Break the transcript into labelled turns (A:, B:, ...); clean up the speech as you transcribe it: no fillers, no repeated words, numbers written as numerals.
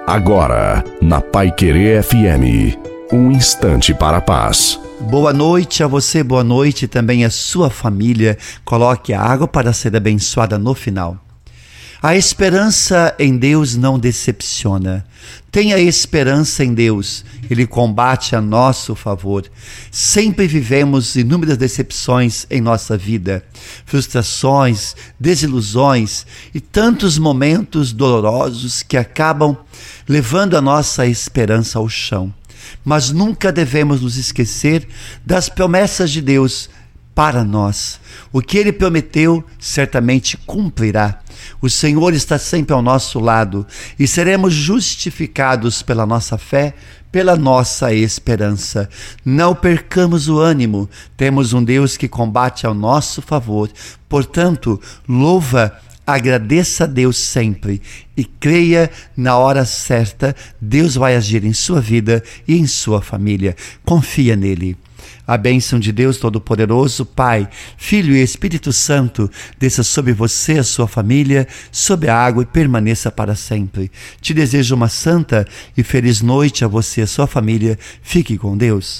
A: Agora, na Paiquerê FM, um instante para a paz.
B: Boa noite a você, boa noite também à sua família. Coloque a água para ser abençoada no final. A esperança em Deus não decepciona. Tenha esperança em Deus, Ele combate a nosso favor. Sempre vivemos inúmeras decepções em nossa vida, frustrações, desilusões e tantos momentos dolorosos que acabam levando a nossa esperança ao chão. Mas nunca devemos nos esquecer das promessas de Deus para nós. O que Ele prometeu, certamente cumprirá. O Senhor está sempre ao nosso lado e seremos justificados pela nossa fé, pela nossa esperança. Não percamos o ânimo, temos um Deus que combate ao nosso favor. Portanto, agradeça a Deus sempre e creia na hora certa, Deus vai agir em sua vida e em sua família. Confia nele. A bênção de Deus Todo-Poderoso, Pai, Filho e Espírito Santo, desça sobre você, a sua família, sobre a água e permaneça para sempre. Te desejo uma santa e feliz noite a você e a sua família. Fique com Deus.